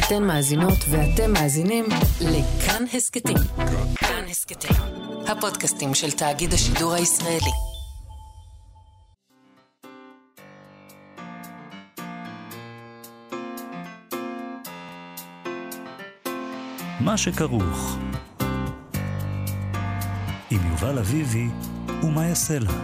אתן מאזינות ואתם מאזינים לכאן הסקטים. כאן הסקטים, הפודקאסטים של תאגיד השידור הישראלי. מה שכרוך עם יובל אביבי ומה יעשה לה.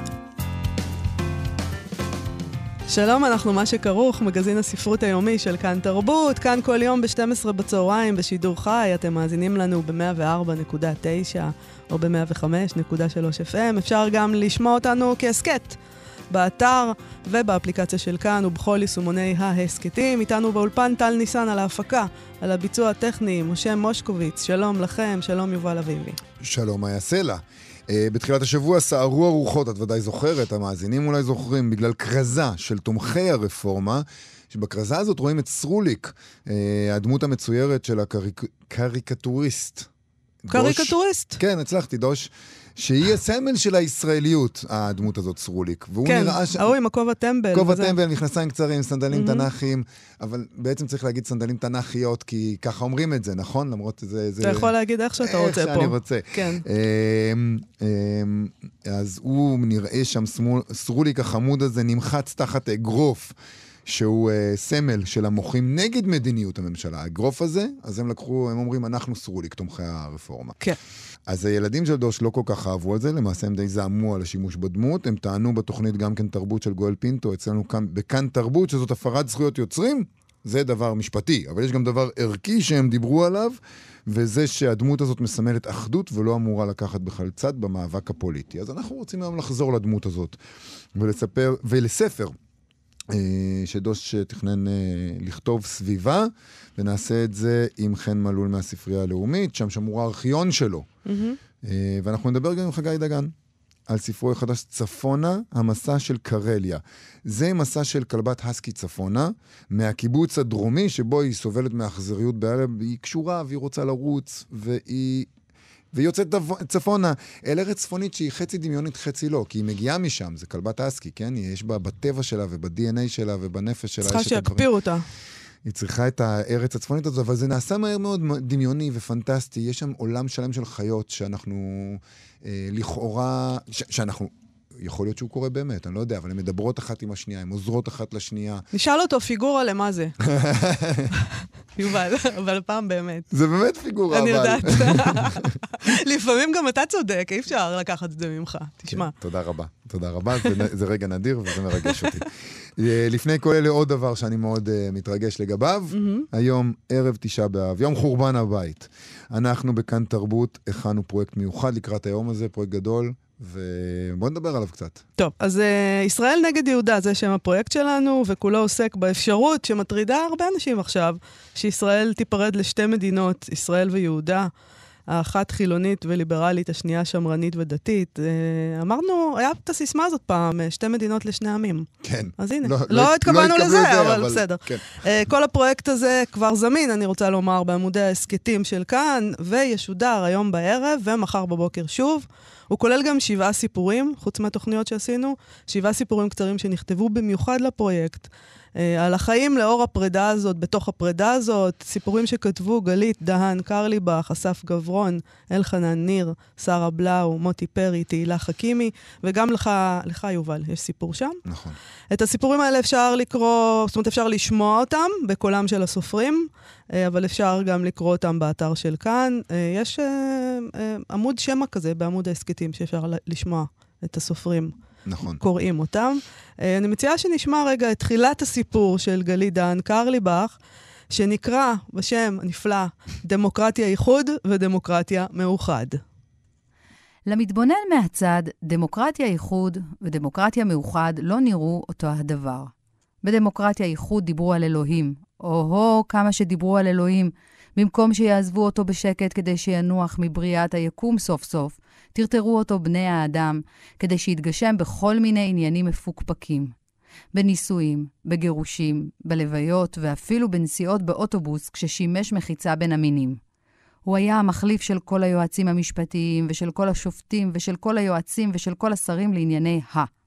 שלום, אנחנו מה שכרוך, מגזין הספרות היומי של כאן תרבות, כאן כל יום ב-12 בצהריים בשידור חי, אתם מאזינים לנו ב-104.9 או ב-105.3 FM, אפשר גם לשמוע אותנו כהסקט באתר ובאפליקציה של כאן ובכל יישומוני ההסקטים. איתנו באולפן טל ניסן על ההפקה, על הביצוע הטכני, משה מושקוביץ, שלום לכם, שלום יובל אביבי. שלום, מה יעשה לה? בתחילת השבוע סערו הרוחות, את ודאי זוכרת, המאזינים אולי זוכרים, בגלל קרזה של תומכי הרפורמה, שבקרזה הזאת רואים את סרוליק, הדמות המצוירת של הקריקטוריסט. קריקטוריסט? כן, הצלחתי, דוש. שהיא הסמל של הישראליות, הדמות הזאת, סרוליק. כן, ההוא עם הכובע טמבל. כובע טמבל, מכנסיים קצרים, סנדלים תנ"כיים, אבל בעצם צריך להגיד סנדלים תנ"כיות, כי ככה אומרים את זה, נכון? למרות זה... אתה יכול להגיד איך שאתה רוצה פה. איך שאני רוצה. כן. אז הוא נראה שם, סרוליק החמוד הזה נמחץ תחת אגרוף, שהוא סמל של המוחים נגד מדיניות הממשלה. האגרוף הזה, אז הם אומרים, אנחנו סרוליק, תומכי הרפורמה. כן. אז הילדים של דוש לא כל כך אהבו על זה, למעשה הם די זעמו על השימוש בדמות, הם טענו בתוכנית גם כן תרבות של גואל פינטו, אצלנו כאן, בכאן תרבות, שזאת הפרת זכויות יוצרים, זה דבר משפטי, אבל יש גם דבר ערכי שהם דיברו עליו, וזה שהדמות הזאת מסמלת אחדות, ולא אמורה לקחת בכלל צד במאבק הפוליטי. אז אנחנו רוצים היום לחזור לדמות הזאת, ולספר, שדוש תכנן לכתוב סביבה, ונעשה את זה עם חן מלול מהספרייה הלאומית, שם שמור הארכיון שלו. ואנחנו נדבר גם עם חגי דגן, על ספרו החדש צפונה, המסע של קרליה. זה מסע של כלבת הסקי צפונה, מהקיבוץ הדרומי, שבו היא סובלת מאכזריות בערב, היא קשורה והיא רוצה לרוץ, והיא יוצאת צפונה, אל ארץ צפונית שהיא חצי דמיונית, חצי לא, כי היא מגיעה משם, זה כלבת הסקי, כן? יש בה בטבע שלה וב-DNA שלה ובנפש שלה. צריכה שיקפיאו אותה. היא צריכה את הארץ הצפונית הזאת, אבל זה נעשה מהר מאוד דמיוני ופנטסטי. יש שם עולם שלם של חיות שאנחנו לכאורה, שאנחנו, יכול להיות שהוא קורה באמת, אני לא יודע, אבל הן מדברות אחת עם השנייה, הן עוזרות אחת לשנייה. נשאל אותו פיגורה למה זה. יובל, אבל פעם באמת. זה באמת פיגורה, אבל. אני יודעת. לפעמים גם אתה צודק, אי אפשר לקחת את זה ממך. תשמע. תודה רבה. תודה רבה, זה רגע נדיר וזה מרגש אותי. לפני כל אלה עוד דבר שאני מאוד מתרגש לגביו, היום ערב 9 באב, יום חורבן הבית. אנחנו בכאן תרבות הכנו פרויקט מיוחד לקראת היום הזה, פרויקט גדול, ובואו נדבר עליו קצת. טוב, אז ישראל נגד יהודה, זה שם הפרויקט שלנו, וכולו עוסק באפשרות שמטרידה הרבה אנשים עכשיו, שישראל תיפרד לשתי מדינות, ישראל ויהודה, האחת חילונית וליברלית, השנייה שמרנית ודתית. אמרנו, היה את הסיסמה הזאת פעם, שתי מדינות לשני עמים. כן. אז הנה, לא התכוונו לזה, אבל בסדר. כל הפרויקט הזה כבר זמין, אני רוצה לומר, בעמודי ההסקטים של כאן, וישודר היום בערב, ומחר בבוקר שוב. הוא כולל גם 7 סיפורים, חוץ מהתוכניות שעשינו, 7 סיפורים קצרים שנכתבו במיוחד לפרויקט, על החיים לאור הפרידה הזאת, בתוך הפרידה הזאת, סיפורים שכתבו גלית דהן קרליבך, אסף גברון, אלחנן ניר, שרה בלאו, מוטי פרי, תהילה חכימי, וגם לך יובל, יש סיפור שם. נכון. את הסיפורים האלה אפשר לקרוא, זאת אומרת אפשר לשמוע אותם בקולם של הסופרים, אבל אפשר גם לקרוא אותם באתר של כאן. יש עמוד שמה כזה בעמוד ההסקטים שאפשר לשמוע את הסופרים. נכון. קוראים אותם. אני מציעה שנשמע רגע את תחילת הסיפור של גלית דהן קרליבך, שנקרא בשם הנפלא דמוקרטיה איחוד ודמוקרטיה מאוחד. למתבונן מהצד, דמוקרטיה איחוד ודמוקרטיה מאוחד לא נראו אותו הדבר. בדמוקרטיה איחוד דיברו על אלוהים. כמה שדיברו על אלוהים. במקום שיעזבו אותו בשקט כדי שינוח מבריאת היקום סוף סוף, תרתרו אותו בני האדם, כדי שיתגשם בכל מיני עניינים מפוקפקים. בנישואים, בגירושים, בלוויות ואפילו בנסיעות באוטובוס כששימש מחיצה בין המינים. הוא היה המחליף של כל היועצים המשפטיים ושל כל השופטים ושל כל היועצים ושל כל השרים לענייני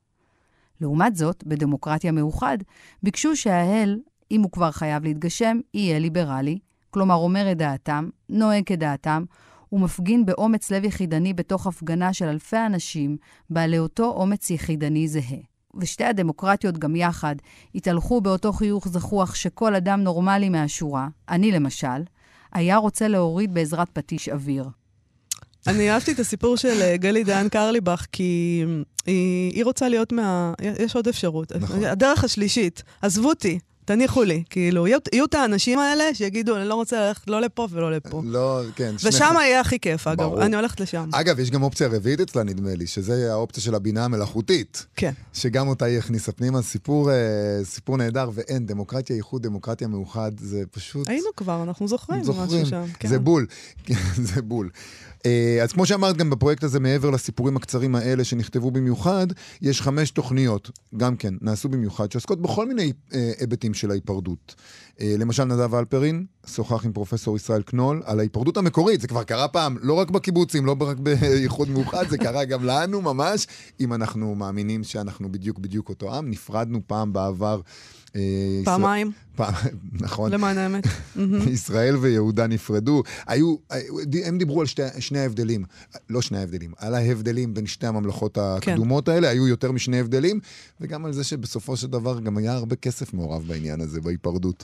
לעומת זאת, בדמוקרטיה מאוחד, ביקשו שהאל, אם הוא כבר חייב להתגשם, יהיה ליברלי, כלומר אומר את דעתם, נוהג כדעתם, ומפגין באומץ לב יחידני בתוך הפגנה של אלפי אנשים, בעלי אותו אומץ יחידני זהה. ושתי הדמוקרטיות גם יחד התהלכו באותו חיוך זכוח שכל אדם נורמלי מהשורה, אני למשל, היה רוצה להוריד בעזרת פטיש אוויר. אני אהבתי את הסיפור של גלי דיין קרליבך, כי היא רוצה להיות יש עוד אפשרות. נכון. הדרך השלישית, עזבו אותי. תניחו לי, כאילו, יהיו את האנשים האלה שיגידו, אני לא רוצה ללכת לא לפה ולא לפה. לא, כן. ושם יהיה הכי כיף, אגב. אני הולכת לשם. אגב, יש גם אופציה רביעית אצלה, נדמה לי, שזה האופציה של הבינה המלאכותית. כן. שגם אותה היא הכניסה פנימה, סיפור נהדר, ואין, דמוקרטיה ייחוד, דמוקרטיה מאוחד, זה פשוט... היינו כבר, אנחנו זוכרים משהו שם. זה בול, זה בול. אז כמו שאמרת, גם בפרויקט הזה, מעבר לסיפורים הקצרים האלה שנכתבו במיוחד, יש 5 תוכניות, גם כן, נעשו במיוחד, שעוסקות בכל מיני היבטים של ההיפרדות. למשל, נדב אלפרין שוחח עם פרופסור ישראל קנול על ההיפרדות המקורית, זה כבר קרה פעם, לא רק בקיבוצים, לא רק בייחוד מאוחד, זה קרה גם לנו ממש, אם אנחנו מאמינים שאנחנו בדיוק אותו עם, נפרדנו פעם בעבר, פעמיים. נכון. למען האמת. ישראל ויהודה נפרדו. הם דיברו על שני ההבדלים. לא שני ההבדלים, על ההבדלים בין שתי הממלכות הקדומות האלה. היו יותר משני הבדלים, וגם על זה שבסופו של דבר גם היה הרבה כסף מעורב בעניין הזה, בהיפרדות.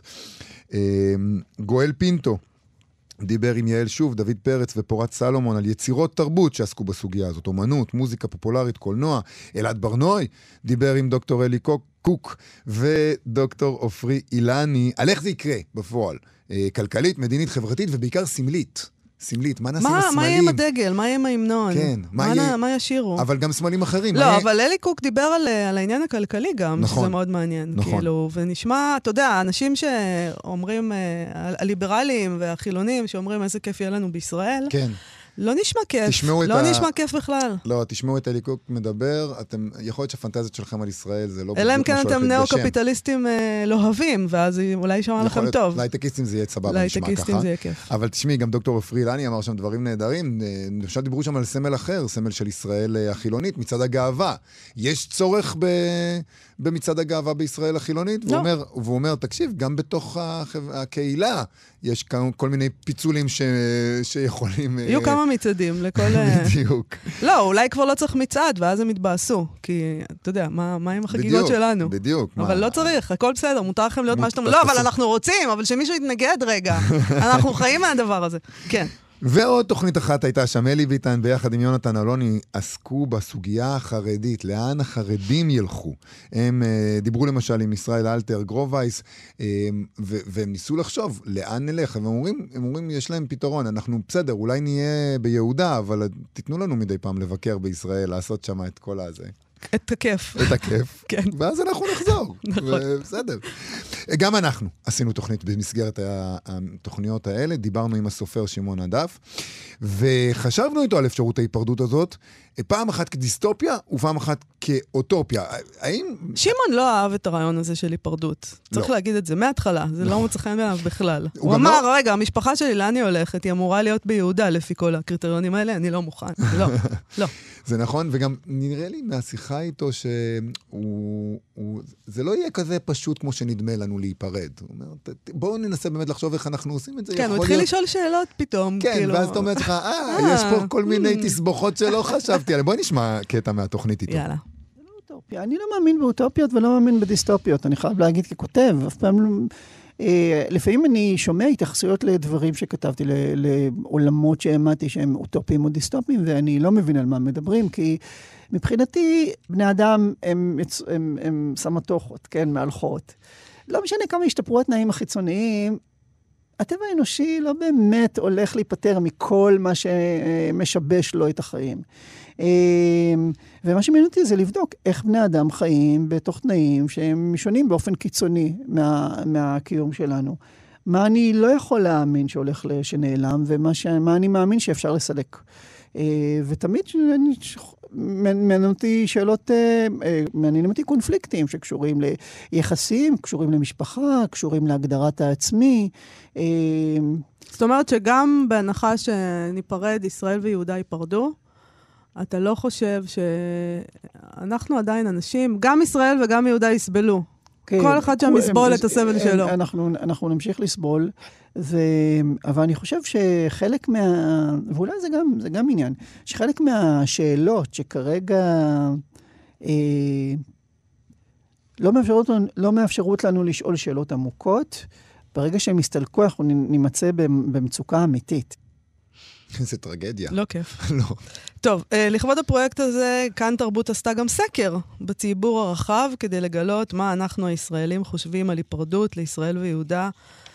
גואל פינטו דיבר עם יעל שוב, דוד פרץ ופורת סלומון על יצירות תרבות שעסקו בסוגיה הזאת, אומנות, מוזיקה פופולרית, קולנוע. אלעד ברנוי דיבר עם דוקטור אלי קוק ודוקטור אופרי אילני על איך זה יקרה בפועל. כלכלית, מדינית, חברתית ובעיקר סמלית. סמלית, מה נעשים הסמלים? מה יהיה עם הדגל? מה יהיה עם ההמנון? כן. מה ישירו? אבל גם סמלים אחרים. לא, אבל אלי קוק דיבר על העניין הכלכלי גם, נכון. שזה מאוד מעניין. נכון. כאילו, ונשמע, אתה יודע, אנשים שאומרים, הליברלים והחילונים שאומרים איזה כיף יהיה לנו בישראל, כן. לא נשמע כיף, נשמע כיף בכלל. לא, תשמעו את אלי קוק מדבר, יכול להיות שהפנטזיות שלכם על ישראל זה לא בדיוק אלא אם משהו כן אתם נאו-קפיטליסטים לא אוהבים, ואז אולי יישמע לכם טוב. לייטקיסטים זה יהיה סבבה, נשמע ככה. לייטקיסטים זה יהיה כיף. אבל תשמעי, גם דוקטור אופרי אילני אמר שם דברים נהדרים, למשל דיברו שם על סמל אחר, סמל של ישראל החילונית, מצד הגאווה. יש צורך במצד הגאווה בישראל החילונית, והוא אומר, תקשיב, גם בתוך הקהילה יש כל מיני פיצולים שיכולים... יהיו כמה מצעדים לכל... בדיוק. לא, אולי כבר לא צריך מצעד, ואז הם יתבאסו. כי, אתה יודע, מה עם החגיגות שלנו? בדיוק. אבל לא צריך, הכל בסדר, מותר לכם להיות מה שאתם... לא, אבל אנחנו רוצים, אבל שמישהו יתנגד רגע. אנחנו חיים מהדבר הזה. כן. ועוד תוכנית אחת הייתה שם, אלי ביטן ביחד עם יונתן אלוני עסקו בסוגיה החרדית, לאן החרדים ילכו. הם דיברו למשל עם ישראל אלתר גרובייס, והם ניסו לחשוב לאן נלך, והם אומרים יש להם פתרון, אנחנו בסדר, אולי נהיה ביהודה, אבל תיתנו לנו מדי פעם לבקר בישראל, לעשות שם את כל הזה. את הכיף. את הכיף. כן. ואז אנחנו נחזור. נכון. בסדר. גם אנחנו עשינו תוכנית במסגרת התוכניות האלה, דיברנו עם הסופר שמעון הדף, וחשבנו איתו על אפשרות ההיפרדות הזאת, פעם אחת כדיסטופיה ופעם אחת כאוטופיה. האם... שמעון לא אהב את הרעיון הזה של היפרדות. צריך להגיד את זה מההתחלה, זה לא מצא חן בעיניו בכלל. הוא אמר, רגע, המשפחה שלי לאן היא הולכת? היא אמורה להיות ביהודה לפי כל הקריטריונים האלה, אני לא מוכן. לא, לא. זה נכון, וגם נראה לי מהשיחה איתו זה לא יהיה כזה פשוט כמו שנדמה לנו להיפרד. הוא אומר, בואו ננסה באמת לחשוב איך אנחנו עושים את זה. כן, הוא התחיל לשאול שאלות פתאום. כן, ואז אתה אומרת לך, יש פה כל מיני תסבוכות שלא חשבתי עליהן. בואי נשמע קטע מהתוכנית איתו. יאללה. אני לא מאמין באוטופיות ולא מאמין בדיסטופיות. אני חייב להגיד ככותב, אף פעם לא... לפעמים אני שומע התייחסויות לדברים שכתבתי, לעולמות שהאמנתי שהם אוטופיים או דיסטופיים, ואני לא מבין על מה מדברים, כי מבחינתי בני אדם הם סמטוחות, כן, מהלכות. לא משנה כמה השתפרו התנאים החיצוניים, הטבע האנושי לא באמת הולך להיפטר מכל מה שמשבש לו את החיים. ומה שמעניין אותי זה לבדוק איך בני אדם חיים בתוך תנאים שהם שונים באופן קיצוני מהקיום שלנו. מה אני לא יכול להאמין שהולך שנעלם, ומה אני מאמין שאפשר לסלק. ותמיד מעניינים אותי שאלות, מעניינים אותי קונפליקטים שקשורים ליחסים, קשורים למשפחה, קשורים להגדרת העצמי. זאת אומרת שגם בהנחה שניפרד, ישראל ויהודה ייפרדו, אתה לא חושב שאנחנו עדיין אנשים, גם ישראל וגם יהודה יסבלו. כל אחד שם יסבול את הסבל שלו. אנחנו נמשיך לסבול, אבל אני חושב שחלק ואולי זה גם עניין, שחלק מהשאלות שכרגע לא מאפשרות לנו לשאול שאלות עמוקות, ברגע שהם יסתלקו, אנחנו נימצא במצוקה אמיתית. זה טרגדיה. לא כיף. לא. טוב, לכבוד הפרויקט הזה, כאן תרבות עשתה גם סקר בציבור הרחב, כדי לגלות מה אנחנו הישראלים חושבים על היפרדות לישראל ויהודה.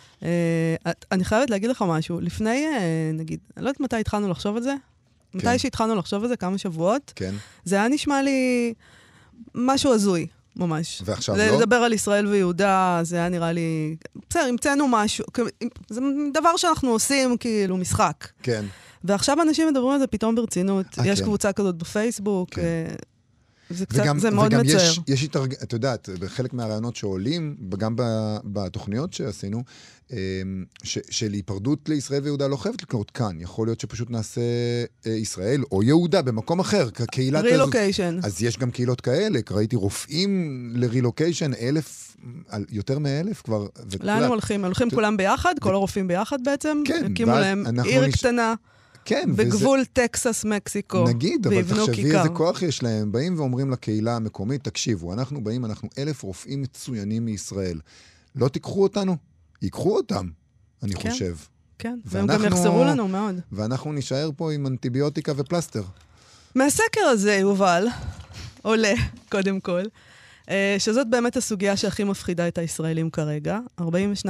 אני חייבת להגיד לך משהו. לפני, נגיד, אני לא יודעת מתי התחלנו לחשוב על זה, מתי שהתחלנו לחשוב על זה, כמה שבועות, זה היה נשמע לי משהו הזוי. ממש. ועכשיו לא? לדבר על ישראל ויהודה, זה היה נראה לי... בסדר, המצאנו משהו. זה דבר שאנחנו עושים כאילו משחק. כן. ועכשיו אנשים מדברים על זה פתאום ברצינות. יש קבוצה כזאת בפייסבוק. זה מאוד מצער. וגם יש אתה יודעת, בחלק מהרעיונות שעולים, גם בתוכניות שעשינו, של היפרדות לישראל ויהודה לא חייבת לקרות כאן. יכול להיות שפשוט נעשה ישראל או יהודה במקום אחר, כקהילת... רילוקיישן. אז יש גם קהילות כאלה. ראיתי רופאים לרילוקיישן, יותר מ1,000 כבר. לאן הם הולכים? הולכים כולם ביחד? כל הרופאים ביחד בעצם? הקימו להם עיר קטנה. כן, בגבול טקסס, מקסיקו. נגיד, אבל תחשבי איזה כוח יש להם. באים ואומרים לקהילה המקומית, תקשיבו, אנחנו 1,000 רופאים מצוינים מישראל. לא תיקחו אותנו? ייקחו אותם, אני חושב. כן, והם גם יחזרו לנו מאוד. ואנחנו נשאר פה עם אנטיביוטיקה ופלסטר. מהסקר הזה, יובל, עולה, קודם כל, שזאת באמת הסוגיה שהכי מפחידה את הישראלים כרגע. 42%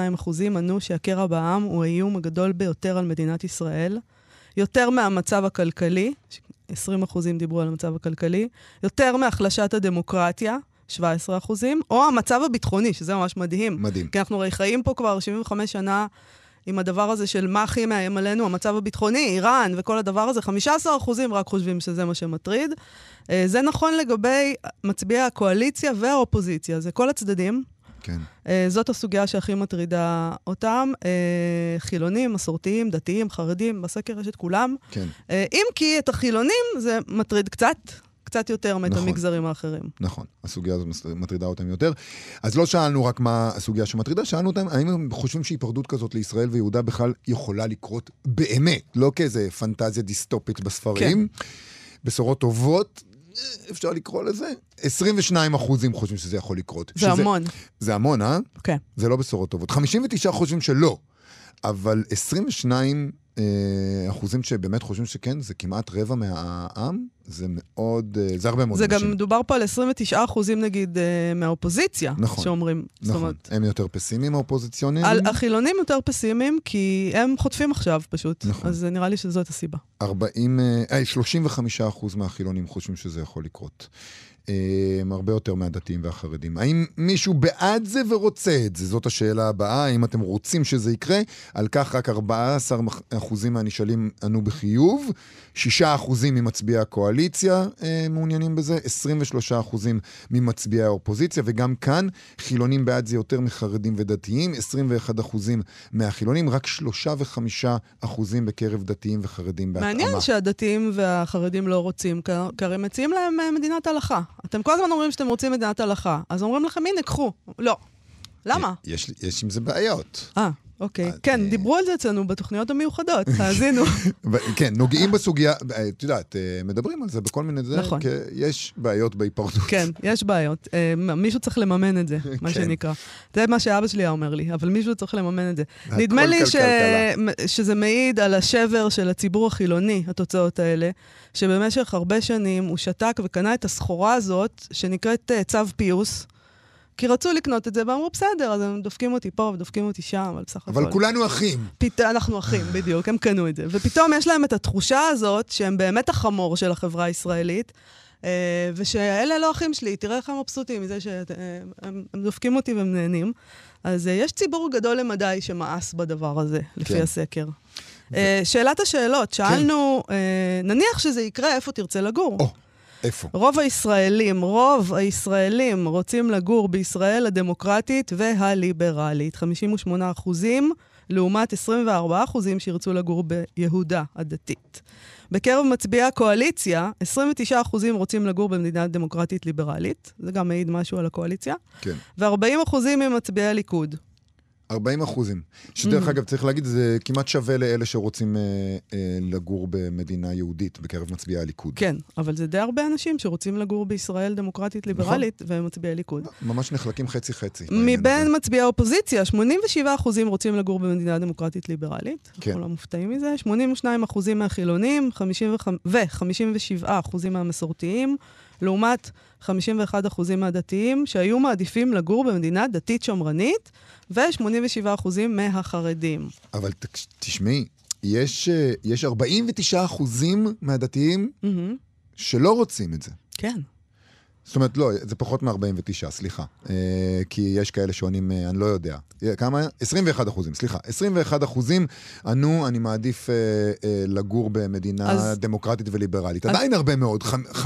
ענו שהקרע בעם הוא האיום הגדול ביותר על מדינת ישראל. יותר מהמצב הכלכלי, 20% דיברו על המצב הכלכלי, יותר מהחלשת הדמוקרטיה, 17%, או המצב הביטחוני, שזה ממש מדהים. מדהים. כי אנחנו חיים פה כבר 75 שנה עם הדבר הזה של מה הכי מאיים עלינו, המצב הביטחוני, איראן וכל הדבר הזה, 15% רק חושבים שזה מה שמטריד. זה נכון לגבי מצביעי הקואליציה והאופוזיציה, זה כל הצדדים. כן. זאת הסוגיה שהכי מטרידה אותם. חילונים, מסורתיים, דתיים, חרדים, בסקר יש את כולם. כן. אם כי את החילונים זה מטריד קצת יותר מאת המגזרים האחרים. נכון, הסוגיה הזאת מטרידה אותם יותר. אז לא שאלנו רק מה הסוגיה שמטרידה, שאלנו אותם, האם הם חושבים שהיפרדות כזאת לישראל ויהודה בכלל יכולה לקרות באמת, לא כאיזה פנטזיה דיסטופית בספרים. כן. בשורות טובות, אפשר לקרוא לזה. 22% חושבים שזה יכול לקרות. זה המון. זה המון, אה? כן. זה לא בשורות טובות. 59 חושבים שלא. אבל 22 אחוזים שבאמת חושבים שכן, זה כמעט רבע מהעם, זה מאוד, זה הרבה מאוד זה אנשים. גם מדובר פה על 29% נגיד מהאופוזיציה, נכון, שאומרים. נכון, הם יותר פסימיים האופוזיציונים. החילונים יותר פסימיים, כי הם חוטפים עכשיו פשוט, נכון. אז נראה לי שזאת הסיבה. 35% מהחילונים חושבים שזה יכול לקרות. הרבה יותר מהדתיים והחרדים. האם מישהו בעד זה ורוצה את זה? זאת השאלה הבאה. האם אתם רוצים שזה יקרה? על כך רק 14% מהנשאלים ענו בחיוב, 6% ממצביעי הקואליציה מעוניינים בזה, 23% ממצביעי האופוזיציה, וגם כאן חילונים בעד זה יותר מחרדים ודתיים, 21% מהחילונים, רק 3.5% בקרב דתיים וחרדים בהתאמה. מעניין שהדתיים והחרדים לא רוצים, כי הם מציעים להם מדינת הלכה. אתם כל הזמן אומרים שאתם רוצים מדינת הלכה, אז אומרים לכם, הנה, קחו. לא. למה? יש עם זה בעיות. אוקיי. כן, דיברו על זה אצלנו בתוכניות המיוחדות, תאזינו. כן, נוגעים בסוגיה, את יודעת, מדברים על זה בכל מיני זה, כי יש בעיות בהיפרדות. כן, יש בעיות. מישהו צריך לממן את זה, מה שנקרא. זה מה שאבא שלי היה אומר לי, אבל מישהו צריך לממן את זה. נדמה לי שזה מעיד על השבר של הציבור החילוני, התוצאות האלה, שבמשך הרבה שנים הוא שתק וקנה את הסחורה הזאת, שנקראת צו פיוס, כי רצו לקנות את זה, ואמרו, בסדר, אז הם דופקים אותי פה ודופקים אותי שם, אבל בסך הכל. אבל כולנו אחים. אנחנו אחים, בדיוק, הם קנו את זה. ופתאום יש להם את התחושה הזאת, שהם באמת החמור של החברה הישראלית, ושאלה לא אחים שלי, תראה איך הם מבסוטים מזה שהם דופקים אותי והם נהנים. אז יש ציבור גדול למדי שמאס בדבר הזה, לפי הסקר. שאלת השאלות, שאלנו, נניח שזה יקרה, איפה תרצה לגור? איפה? רוב הישראלים רוצים לגור בישראל הדמוקרטית והליברלית. 58%, לעומת 24% שירצו לגור ביהודה הדתית. בקרב מצביעי הקואליציה, 29% רוצים לגור במדינה דמוקרטית ליברלית. זה גם מעיד משהו על הקואליציה. כן. ו40% הם מצביעי הליכוד. 40%. שדרך אגב, צריך להגיד, זה כמעט שווה לאלה שרוצים לגור במדינה יהודית, בקרב מצביעי הליכוד. כן, אבל זה די הרבה אנשים שרוצים לגור בישראל דמוקרטית ליברלית, והם מצביעי ליכוד. ממש נחלקים חצי-חצי. מבין מצביעי האופוזיציה, 87% רוצים לגור במדינה דמוקרטית ליברלית. כן. אנחנו לא מופתעים מזה. 82% מהחילונים, ו-57% מהמסורתיים, לעומת 51% מהדתיים, שהיו מעדיפים לגור במדינה דתית שמרנית, ו-87% מהחרדים. אבל תשמעי, יש 49% מהדתיים שלא רוצים את זה. כן. זאת אומרת, לא, זה פחות מ-49, סליחה. כי יש כאלה שעונים, אני לא יודע. כמה? 21%, סליחה. 21% ענו, אני מעדיף לגור במדינה דמוקרטית וליברלית. עדיין הרבה מאוד.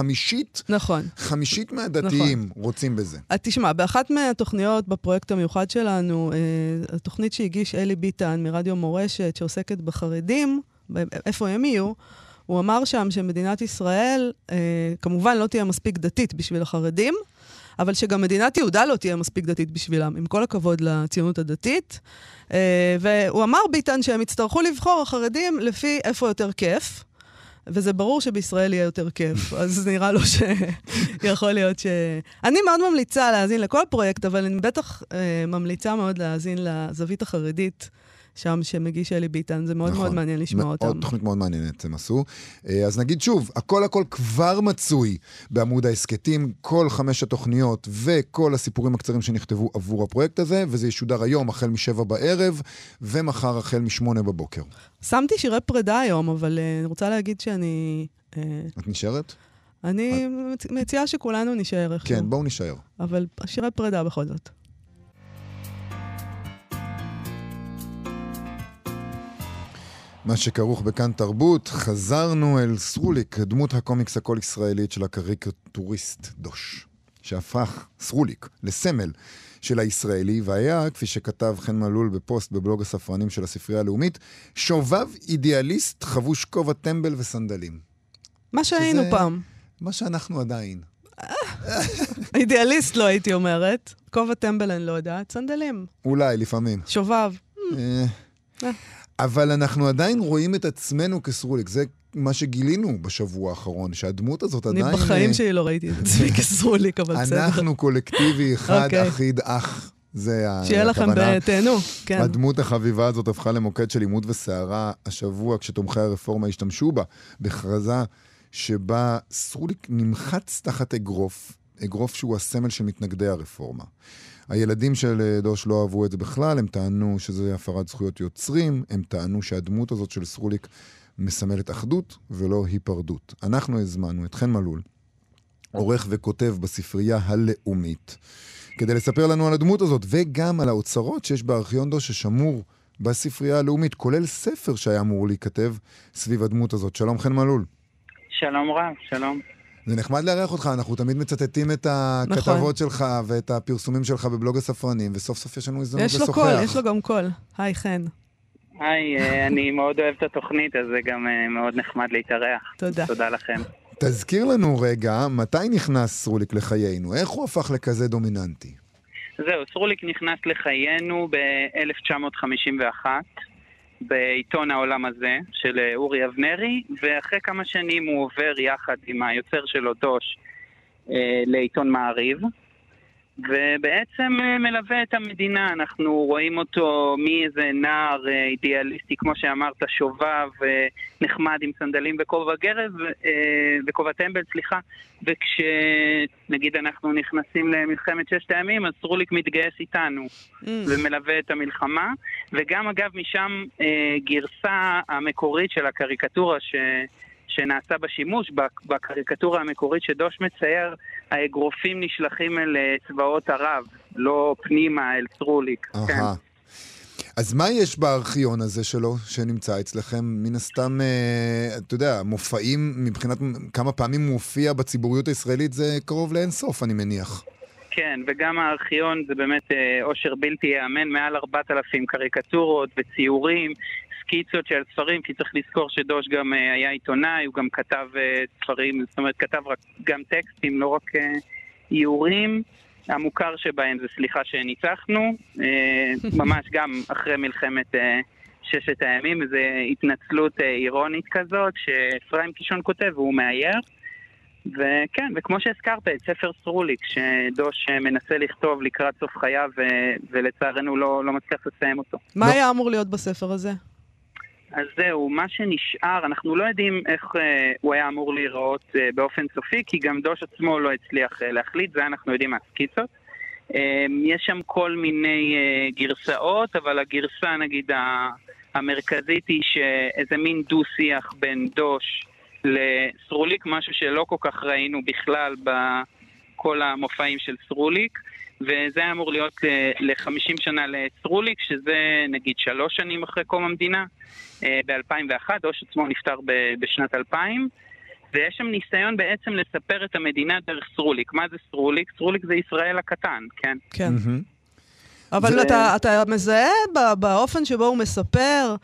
חמישית מהדתיים רוצים בזה. תשמע, באחת מהתוכניות בפרויקט המיוחד שלנו, התוכנית שהגיש אלי ביטן מרדיו מורשת, שעוסקת בחרדים, איפה הם יהיו, הוא אמר שם שמדינת ישראל, כמובן לא תהיה מספיק דתית בשביל החרדים, אבל שגם מדינת יהודה לא תהיה מספיק דתית בשבילם, עם כל הכבוד לציונות הדתית. והוא אמר ביטן שהם יצטרכו לבחור החרדים לפי איפה יותר כיף, וזה ברור שבישראל יהיה יותר כיף, אז נראה לו שיכול להיות ש... אני מאוד ממליצה להאזין לכל פרויקט, אבל אני בטח ממליצה מאוד להאזין לזווית החרדית, שם שמגיש אלי ביטן, זה מאוד נכון, מאוד מעניין לשמוע אותם. עוד תוכנית מאוד מעניינת הם עשו. אז נגיד שוב, הכל כבר מצוי בעמוד העסקתים, כל 5 התוכניות וכל הסיפורים הקצרים שנכתבו עבור הפרויקט הזה, וזה ישודר היום החל מ7 בערב, ומחר החל מ8 בבוקר. שמתי שירי פרידה היום, אבל אני רוצה להגיד שאני... את נשארת? אני מציעה שכולנו נשאר. כן, בואו נשאר. אבל שירי פרידה בכל זאת. מה שכרוך בכאן תרבות, חזרנו אל סרוליק, דמות הקומיקס הכל ישראלית של הקריקטוריסט דוש, שהפך סרוליק לסמל של הישראלי, והיה, כפי שכתב חן מלול בפוסט בבלוג הספרנים של הספרייה הלאומית, שובב אידיאליסט חבוש כובע טמבל וסנדלים. מה שהיינו פעם. מה שאנחנו עדיין. אידיאליסט לא הייתי אומרת, כובע טמבל אני לא יודעת, סנדלים. אולי, לפעמים. שובב. אבל אנחנו עדיין רואים את עצמנו כסרוליק. זה מה שגילינו בשבוע האחרון, שהדמות הזאת עדיין... אני בחיים שלי לא ראיתי את עצמי כסרוליק, אבל בסדר. אנחנו קולקטיבי אחד, אחיד, אח. שיהיה לכם בתהנו. הדמות החביבה הזאת הפכה למוקד של לימוד וסערה השבוע, כשתומכי הרפורמה השתמשו בה, בכרזה שבה סרוליק נמחץ תחת אגרוף שהוא הסמל של מתנגדי הרפורמה. הילדים של דוש לא אהבו את זה בכלל, הם טענו שזה הפרת זכויות יוצרים, הם טענו שהדמות הזאת של סרוליק מסמלת אחדות ולא היפרדות. אנחנו הזמנו את חן מלול, עורך וכותב בספרייה הלאומית, כדי לספר לנו על הדמות הזאת, וגם על האוצרות שיש בארכיון דוש ששמור בספרייה הלאומית, כולל ספר שהיה אמור להיכתב סביב הדמות הזאת. שלום חן מלול. שלום רב, שלום. זה נחמד להריח אותך, אנחנו תמיד מצטטים את הכתבות שלך ואת הפרסומים שלך בבלוג הספרנים, וסוף סוף יש לנו הזדמנות לשוחח. יש לו קול, יש לו גם קול. היי חן. היי, אני מאוד אוהב את התוכנית, אז זה גם מאוד נחמד להתארח. תודה. תודה לכם. תזכיר לנו רגע, מתי נכנס סרוליק לחיינו? איך הוא הפך לכזה דומיננטי? זהו, סרוליק נכנס לחיינו ב-1951, בעיתון העולם הזה של אורי אבנרי, ואחרי כמה שנים הוא עובר יחד עם היוצר שלו דוש לעיתון מעריב, ובעצם מלווה את המדינה. אנחנו רואים אותו מאיזה נער אידיאליסטי, כמו שאמרת, שובב, נחמד עם סנדלים וכובע גרב, וכובע טמבל, סליחה, וכשנגיד אנחנו נכנסים למלחמת 6 הימים, אז סרוליק מתגייס איתנו ומלווה את המלחמה, וגם אגב משם גרסה המקורית של הקריקטורה שנעשה בשימוש, בקריקטורה המקורית שדוש מצייר, האגרופים נשלחים אל צבאות ערב, לא פנימה אל סרוליק. כן. אז מה יש בארכיון הזה שלו, שנמצא אצלכם? מן הסתם, אתה יודע, מופעים, מבחינת כמה פעמים הוא מופיע בציבוריות הישראלית, זה קרוב לאינסוף, אני מניח. כן, וגם הארכיון זה באמת אושר בלתי יאמן, מעל 4,000 קריקטורות וציורים, סקיצות של ספרים, כי צריך לזכור שדוש גם היה עיתונאי, הוא גם כתב ספרים, זאת אומרת, כתב גם טקסטים, לא רק איורים. המוכר שבהם זה סליחה שניצחנו, ממש גם אחרי מלחמת ששת הימים, זו התנצלות אירונית כזאת, שאפרים קישון כותב והוא מאייר. וכן, וכמו שהזכרת, את ספר סרוליק, שדוש מנסה לכתוב לקראת סוף חייו, ולצערנו לא מצליח לסיים אותו. מה היה אמור להיות בספר הזה? אז זהו, מה שנשאר, אנחנו לא יודעים איך הוא היה אמור להיראות באופן סופי, כי גם דוש עצמו לא הצליח להחליט, זה אנחנו יודעים מהסקיצות. יש שם כל מיני גרסאות, אבל הגרסה, נגיד, המרכזית היא שאיזה מין דו-שיח בין דוש לסרוליק, משהו שלא כל כך ראינו בכלל בכל המופעים של סרוליק, וזה היה אמור להיות ל-50 שנה לסרוליק, שזה נגיד 3 שנים אחרי קום המדינה, ב-2001, דוש עצמו נפטר בשנת 2000, ויש שם ניסיון בעצם לספר את המדינה דרך סרוליק. מה זה סרוליק? סרוליק זה ישראל הקטן, כן? כן. אבל אתה מזהה באופן שבו הוא מספר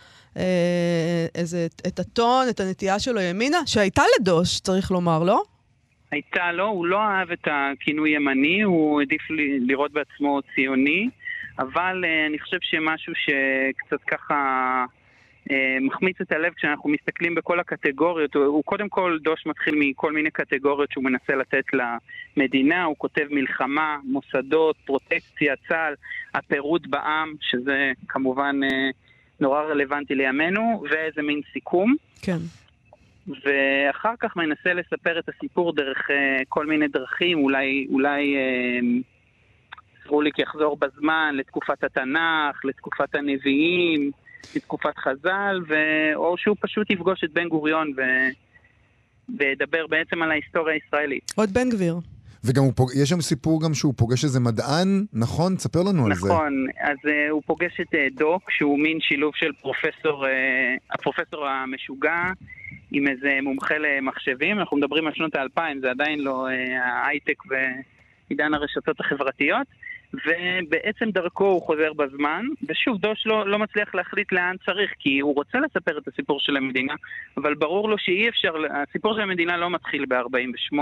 את הטון, את הנטייה שלו ימינה, שהייתה לדוש, צריך לומר, לא? הייתה לו, הוא לא אהב את הכינוי ימני, הוא עדיף לראות בעצמו ציוני, אבל אני חושב שמשהו שקצת ככה מחמיץ את הלב כשאנחנו מסתכלים בכל הקטגוריות, הוא קודם כל דוש מתחיל מכל מיני קטגוריות שהוא מנסה לתת למדינה, הוא כותב מלחמה, מוסדות, פרוטקציה, צה"ל, הפירוד בעם, שזה כמובן נורא רלוונטי לימינו, ואיזה מין סיכום. כן. ואחר כך מנסה לספר את הסיפור דרך כל מיני דרכים, אולי סרוליק יחזור בזמן לתקופת התנ"ך, לתקופת הנביאים, לתקופת חז"ל, או שהוא פשוט יפגוש את בן גוריון וידבר בעצם על ההיסטוריה הישראלית. עוד בן גביר. וגם יש שם סיפור גם שהוא פוגש איזה מדען, נכון? תספר לנו על זה. נכון, אז הוא פוגש את דוק, שהוא מין שילוב של הפרופסור המשוגע, עם איזה מומחה למחשבים. אנחנו מדברים על שנות ה-2000, זה עדיין לא ההייטק ועידן הרשתות החברתיות, ובעצם דרכו הוא חוזר בזמן, ושוב דוש לא מצליח להחליט לאן צריך, כי הוא רוצה לספר את הסיפור של המדינה, אבל ברור לו שאי אפשר, הסיפור של המדינה לא מתחיל ב-48,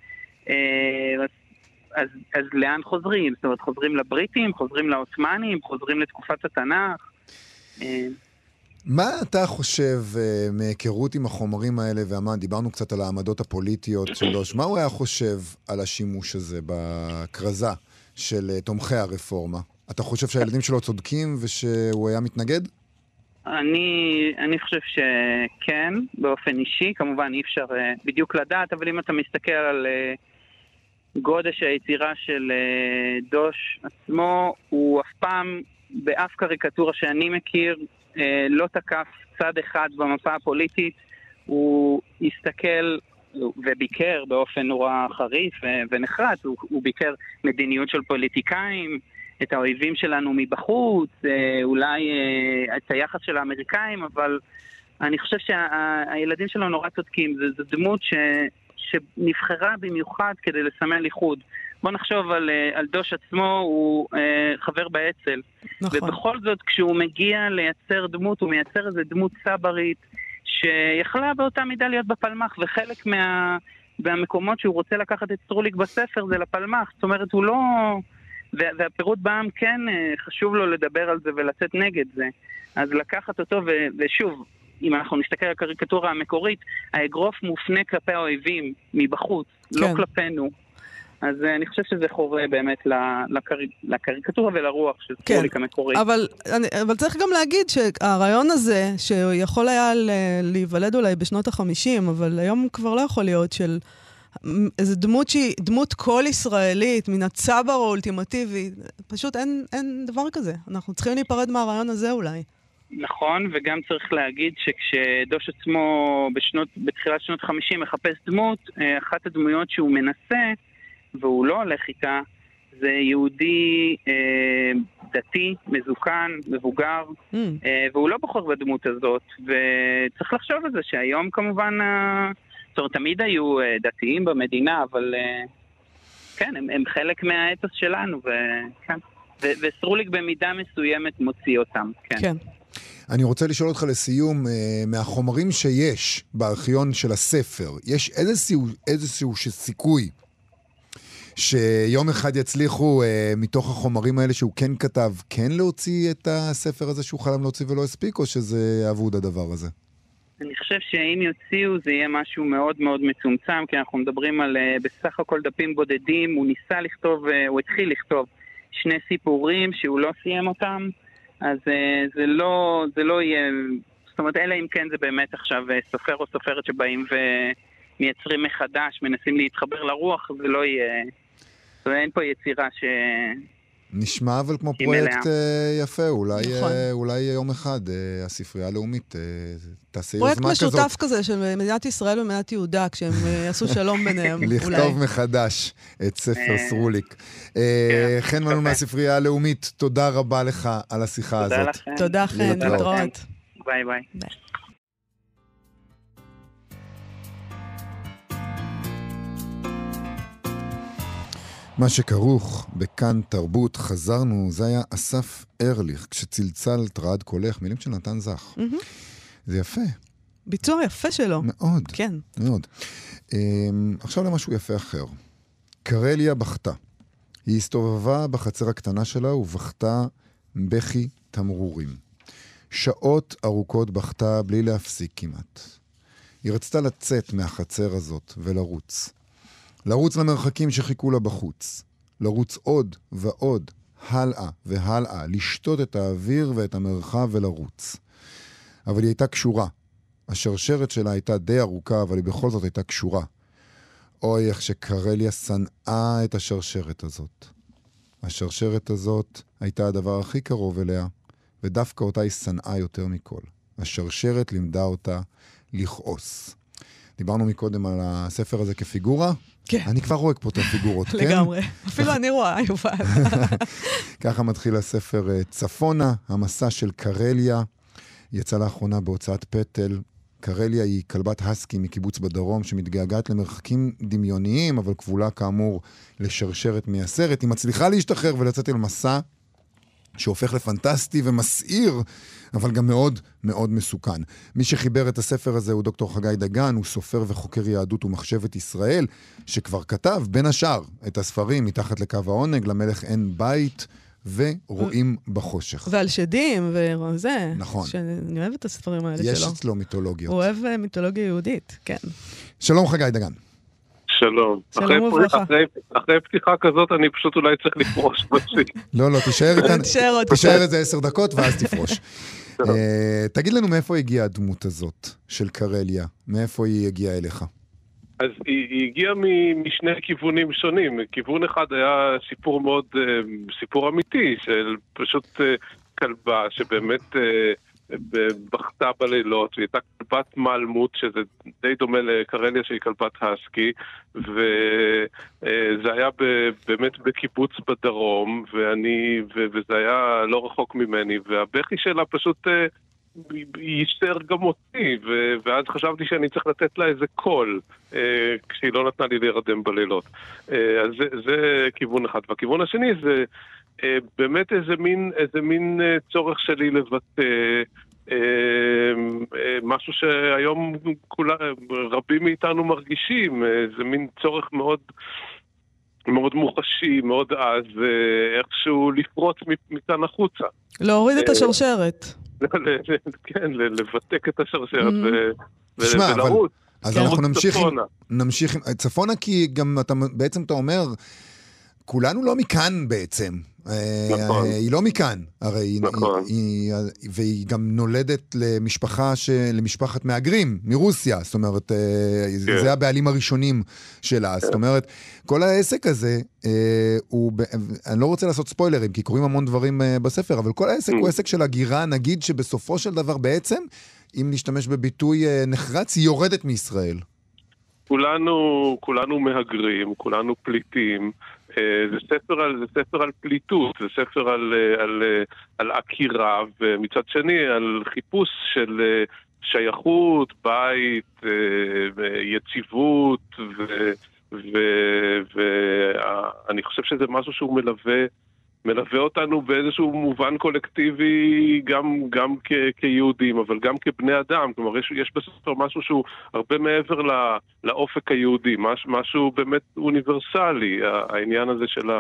אז לאן חוזרים? זאת אומרת, חוזרים לבריטים, חוזרים לעות'מאנים, חוזרים לתקופת התנ"ך. מה אתה חושב מהיכרות עם החומרים האלה, דיברנו קצת על העמדות הפוליטיות שלו, מה הוא היה חושב על השימוש הזה בקרזה של תומכי הרפורמה? אתה חושב שהילדים שלו צודקים ושהוא היה מתנגד? אני חושב שכן, באופן אישי, כמובן אי אפשר בדיוק לדעת, אבל אם אתה מסתכל על גודש היצירה של דוש עצמו, הוא אף פעם, באף קריקטורה שאני מכיר, לא תקף צד אחד במפה הפוליטית, הוא הסתכל וביקר באופן נורא חריף ונחרץ, הוא ביקר מדיניות של פוליטיקאים, את האויבים שלנו מבחוץ, אולי את היחס של האמריקאים, אבל אני חושב שהילדים שלנו נורא צודקים, זו דמות שנבחרה במיוחד כדי לסמל איחוד. בוא נחשוב על דוש עצמו, הוא חבר באצ"ל. נכון. ובכל זאת, כשהוא מגיע לייצר דמות, הוא מייצר איזו דמות סברית, שיכלה באותה מידה להיות בפלמח, וחלק מהמקומות שהוא רוצה לקחת את סרוליק בספר זה לפלמח. זאת אומרת, הוא לא... והפירוט בעם כן חשוב לו לדבר על זה ולצאת נגד זה. אז לקחת אותו, ושוב, אם אנחנו נסתכל על הקריקטורה המקורית, האגרוף מופנה כלפי האויבים מבחוץ, כן. לא כלפינו. אז אני חושב שזה חובה באמת לקריקטורה ולרוח של סרוליק המקורית. אבל צריך גם להגיד שהרעיון הזה, שיכול היה להיוולד אולי בשנות ה-50, אבל היום כבר לא יכול להיות של איזו דמות שהיא דמות כל ישראלית, מן הצבר האולטימטיבי, פשוט אין דבר כזה. אנחנו צריכים להיפרד מהרעיון הזה אולי. נכון, וגם צריך להגיד שכשדוש עצמו בתחילת שנות 50 מחפש דמות, אחת הדמויות שהוא מנסה, והוא לא הולך איתה, זה יהודי דתי, מזוקן, מבוגר, והוא לא בוחר בדמות הזאת, וצריך לחשוב על זה שהיום כמובן, זאת אומרת, תמיד היו דתיים במדינה, אבל כן, הם חלק מהאתוס שלנו, וכן. וסרוליק במידה מסוימת מוציא אותם, כן. כן. אני רוצה לשאול אותך לסיום, מהחומרים שיש בארכיון של הספר, יש איזשהו סיכוי שיום אחד יצליחו מתוך החומרים האלה שהוא כן כתב, כן להוציא את הספר הזה שהוא חלם להוציא ולא הספיק, או שזה אבוד הדבר הזה? אני חושב שאם יוציאו זה יהיה משהו מאוד מאוד מצומצם, כי אנחנו מדברים על בסך הכל דפים בודדים, הוא ניסה לכתוב, הוא התחיל לכתוב 2 סיפורים שהוא לא סיים אותם, אז זה לא יהיה, זאת אומרת, אלא אם כן זה באמת עכשיו סופר או סופרת שבאים ומייצרים מחדש, מנסים להתחבר לרוח, זה לא יהיה, אין פה יצירה נשמע אבל כמו פרויקט יפה, אולי יום אחד הספרייה הלאומית תעשה יוזמה כזאת. פרויקט משותף כזה של מדינת ישראל ומדינת יהודה, כשהם יעשו שלום ביניהם. לכתוב מחדש את ספר סרוליק. חן מנעול מהספרייה הלאומית, תודה רבה לך על השיחה הזאת. תודה חן, להתראות. ביי ביי. מה שכרוך בכאן תרבות, חזרנו, זה היה אסף ארליך, כשצלצל תרעד קולך, מילים של נתן זך. זה יפה. ביצוע יפה שלו. מאוד. כן. מאוד. עכשיו למשהו יפה אחר. קרליה בכתה. היא הסתובבה בחצר הקטנה שלה ובכתה בכי תמרורים. שעות ארוכות בכתה בלי להפסיק כמעט. היא רצתה לצאת מהחצר הזאת ולרוץ. לרוץ למרחקים שחיכו לה בחוץ. לרוץ עוד ועוד, הלאה והלאה, לשתות את האוויר ואת המרחב ולרוץ. אבל היא הייתה קשורה. השרשרת שלה הייתה די ארוכה, אבל היא בכל זאת הייתה קשורה. אוי, איך שקרליה שנאה את השרשרת הזאת. השרשרת הזאת הייתה הדבר הכי קרוב אליה, ודווקא אותה היא שנאה יותר מכל. השרשרת לימדה אותה לכעוס. דיברנו מקודם על הספר הזה כפיגורה. כן. אני כבר רואה פה את הפיגורות, כן? לגמרי. אפילו אני רואה, יובל. ככה מתחיל הספר צפונה, המסע של קרליה. יצא לאחרונה בהוצאת פטל. קרליה היא כלבת הסקי מקיבוץ בדרום, שמתגעגעת למרחקים דמיוניים, אבל כבולה כאמור לשרשרת מהסרט. היא מצליחה להשתחרר ולצאת אל מסע שהופך לפנטסטי ומסעיר, אבל גם מאוד מאוד מסוכן. מי שחיבר את הספר הזה הוא דוקטור חגי דגן, הוא סופר וחוקר יהדות ומחשבת ישראל, שכבר כתב בין השאר את הספרים מתחת לקו העונג, למלך אין בית ורואים בחושך. ועל שדים וזה. נכון. שאני אוהבת את הספרים האלה שלו. יש אצלו מיתולוגיות. הוא אוהב מיתולוגיה יהודית, כן. שלום חגי דגן. שלום. שלום וברכה. אחרי פתיחה כזאת אני פשוט אולי צריך לפרוש בשיא. לא, תישאר איזה 10 דקות ואז תפרוש. תגיד לנו מאיפה הגיעה הדמות הזאת של קרליה? מאיפה היא הגיעה אליך? אז היא הגיעה משני כיוונים שונים. כיוון אחד היה סיפור אמיתי של פשוט כלבה שבאמת בכתה בלילות, והיא הייתה כלבת מעלמות, שזה די דומה לקרליה שהיא כלבת הסקי, וזה היה באמת בקיבוץ בדרום, וזה היה לא רחוק ממני, והבכי שלה פשוט יישאר גם אותי, ואז חשבתי שאני צריך לתת לה איזה קול, כשהיא לא נתנה לי להירדם בלילות. אז זה כיוון אחד. והכיוון השני זה באמת איזה מין צורך שלי לבטא משהו שהיום רבים מאיתנו מרגישים, זה מין צורך מאוד מאוד מוחשי, מאוד עז, איכשהו לפרוץ מכאן החוצה. להוריד את השרשרת. כן, לבטק את השרשרת ולרוץ. אז אנחנו נמשיך עם צפונה, כי גם בעצם אתה אומר, כולנו לא מכאן בעצם. היא לא מכאן, הרי והיא גם נולדת למשפחת מהגרים מרוסיה, זאת אומרת, זה הבעלים הראשונים שלה, זאת אומרת, כל העסק הזה, אני לא רוצה לעשות ספוילרים, כי קוראים המון דברים בספר, אבל כל העסק הוא עסק של הגירה, נגיד שבסופו של דבר בעצם, אם נשתמש בביטוי נחרץ, היא יורדת מישראל. כולנו מהגרים, כולנו פליטים, זה ספר על פליטות, זה ספר על עקירה, ומצד שני על חיפוש של שייכות, בית, יציבות, ואני חושב שזה משהו שהוא מלווה אותנו באיזשהו מובן קולקטיבי, גם כיהודים, אבל גם כבני אדם. כלומר, יש בסופו משהו שהוא הרבה מעבר לאופק היהודי, משהו באמת אוניברסלי, העניין הזה של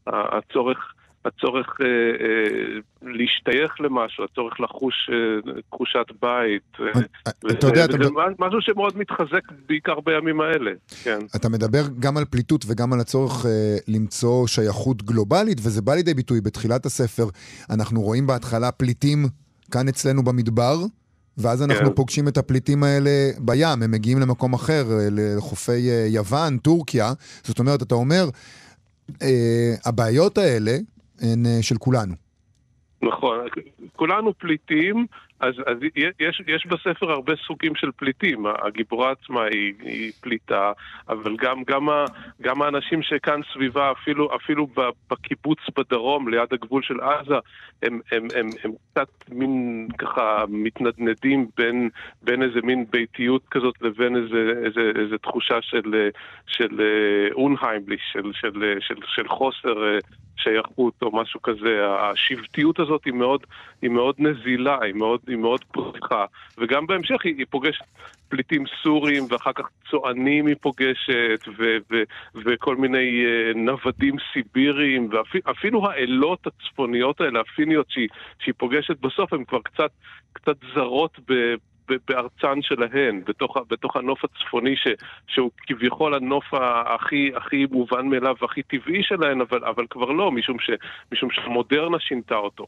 הצורך להשתייך למשהו, הצורך לחוש תחושת בית. זה משהו שמאוד מתחזק בעיקר בימים האלה. אתה מדבר גם על פליטות וגם על הצורך למצוא שייכות גלובלית, וזה בא לידי ביטוי בתחילת הספר. אנחנו רואים בהתחלה פליטים כאן אצלנו במדבר, ואז אנחנו פוגשים את הפליטים האלה בים, הם מגיעים למקום אחר, לחופי יוון, טורקיה. זאת אומרת, אתה אומר, הבעיות האלה הן של כולנו. נכון, כולנו פליטים, אז יש בספר הרבה סוגים של פליטים. הגיבורה עצמה היא פליטה, אבל גם האנשים שכאן סביבה, אפילו בקיבוץ בדרום, ליד הגבול של עזה, הם קצת מין ככה מתנדנדים בין איזה מין ביתיות כזאת לבין איזה תחושה של אונהיימליש, של חוסר שייכות או משהו כזה. השבטיות הזאת היא מאוד נזילה, היא מאוד פריחה, וגם בהמשך היא פוגשת פליטים סורים, ואחר כך צוענים היא פוגשת, וכל מיני נוודים סיביריים, ואפילו האלות הצפוניות האלה, הפיניות שהיא פוגשת בסוף, הן כבר קצת זרות בארצן שלהן, בתוך הנוף הצפוני, שהוא כביכול הנוף הכי מובן מאליו והכי טבעי שלהן, אבל כבר לא, משום שהמודרנה שינתה אותו.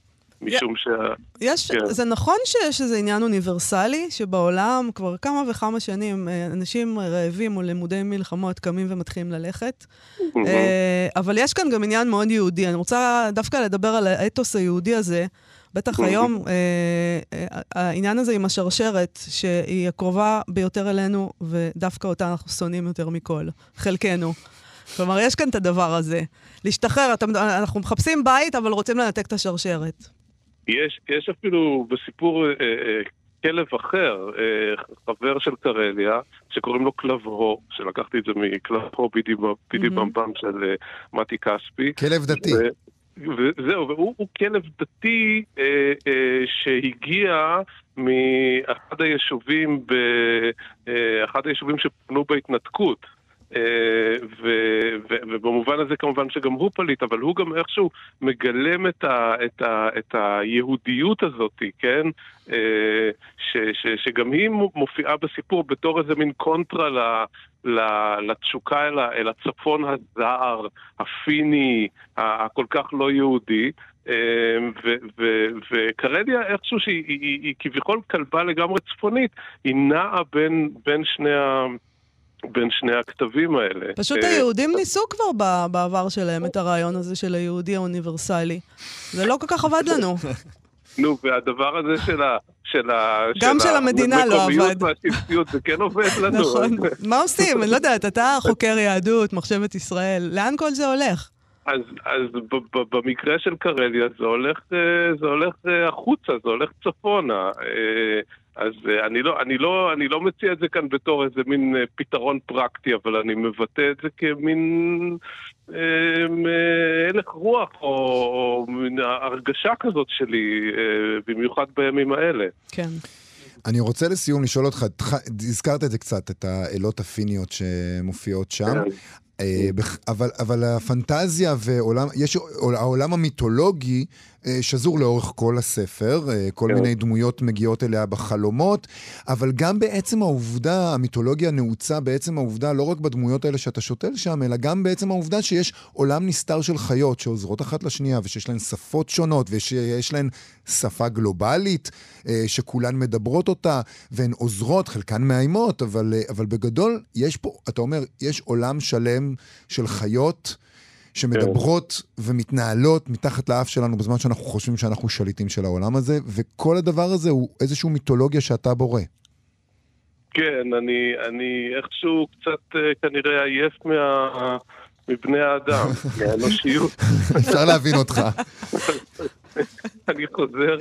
זה נכון שיש איזה עניין אוניברסלי, שבעולם כבר כמה וכמה שנים אנשים רעבים או למודי מלחמות קמים ומתחילים ללכת, אבל יש כאן גם עניין מאוד יהודי. אני רוצה דווקא לדבר על האתוס היהודי הזה. בטח היום העניין הזה עם השרשרת, שהיא הקרובה ביותר אלינו, ודווקא אותה אנחנו שונאים יותר מכל, חלקנו. כלומר, יש כאן את הדבר הזה. להשתחרר, אנחנו מחפשים בית, אבל רוצים לנתק את השרשרת. יש אפילו בסיפור כלב אחר, חבר של קרליה, שקוראים לו כלבו, שלקחתי את זה מכלבו בידי במבם של מתי כספי. כלב דתי. וזהו, והוא כלב דתי שהגיע מאחד היישובים שפנו בהתנתקות. ובמובן הזה כמובן שגם הוא פליט, אבל הוא גם איכשהו מגלם את היהודיות הזאת, כן? שגם היא מופיעה בסיפור בתור איזה מין קונטרה לתשוקה אל הצפון הזער, הפיני, הכל כך לא יהודי. וקרליה איכשהו שהיא כביכול כלבה לגמרי צפונית, היא נעה בין שני הכתבים האלה. פשוט היהודים ניסו כבר בעבר שלהם את הרעיון הזה של היהודי האוניברסלי. זה לא כל כך עבד לנו. נו, והדבר הזה גם של המדינה לא עבד. המקומיות והשבטיות, זה כן עובד לנו. נכון. מה עושים? אני לא יודעת, אתה חוקר יהדות, מחשבת ישראל. לאן כל זה הולך? אז במקרה של קרליה זה הולך החוצה, זה הולך צפונה. אז אני לא מציע את זה כאן בתור איזה מין פתרון פרקטי, אבל אני מבטא את זה כמין הלך רוח או הרגשה כזאת שלי, במיוחד בימים האלה. כן. אני רוצה לסיום לשאול אותך, הזכרת את זה קצת, את האלות הפיניות שמופיעות שם. אבל הפנטזיה והעולם המיתולוגי שזור לאורך כל הספר, כל מיני דמויות מגיעות אליה בחלומות, אבל גם בעצם העובדה, המיתולוגיה נעוצה בעצם העובדה, לא רק בדמויות האלה שאתה שותל שם, אלא גם בעצם העובדה שיש עולם נסתר של חיות שעוזרות אחת לשנייה, ושיש להן שפות שונות, ושיש להן שפה גלובלית, שכולן מדברות אותה, והן עוזרות, חלקן מאיימות, אבל בגדול יש פה, אתה אומר, יש עולם שלם של חיות, שמדברות ומתנהלות מתחת לאף שלנו בזמן שאנחנו חושבים שאנחנו שליטים של העולם הזה, וכל הדבר הזה הוא איזשהו מיתולוגיה שאתה בורא. כן, אני איכשהו קצת כנראה עייף מבני האדם, מהאנושיות. אפשר להבין אותך. אני חוזר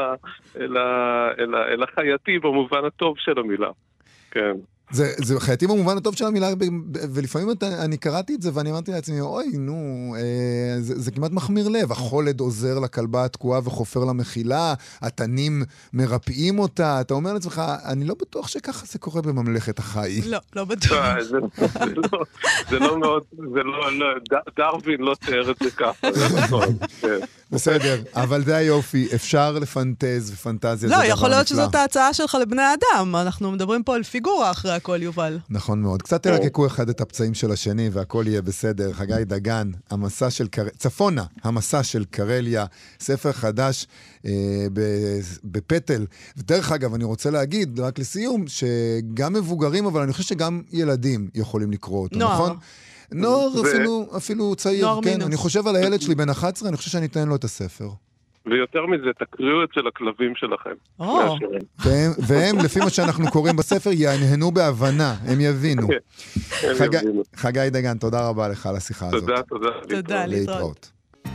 אל החייתי במובן הטוב של המילה. כן. זה חייתי במובן הטוב של המילה, ולפעמים אני קראתי את זה ואני אמרתי לעצמי, אוי, נו, זה כמעט מחמיר לב. החולד עוזר לכלבה התקועה וחופר למחילה, התנים מרפאים אותה. אתה אומר לעצמך, אני לא בטוח שככה זה קורה בממלכת החי. לא בטוח. זה לא מאוד, דרווין לא תיאר את זה ככה. בסדר, אבל זה היופי, אפשר לפנטז ופנטזיה. לא, יכול להיות שזאת ההצעה שלך לבני האדם. אנחנו מדברים פה על פיגורה אחרי הכל, יובל. נכון מאוד. קצת תלקקו אחד את הפצעים של השני והכל יהיה בסדר. חגי דגן, צפונה, המסע של קרליה, ספר חדש בפטל. ודרך אגב, אני רוצה להגיד, רק לסיום, שגם מבוגרים, אבל אני חושב שגם ילדים יכולים לקרוא אותו, נכון? נוער אפילו צעיר, כן. אני חושב על הילד שלי בן 11, אני חושב שאני אתן לו את הספר. ויותר מזה, תקריאו אצל הכלבים שלכם. והם, לפי מה שאנחנו קוראים בספר, ינהנו בהבנה, הם יבינו. חגי דגן, תודה רבה לך על השיחה הזאת. תודה. תודה, להתראות.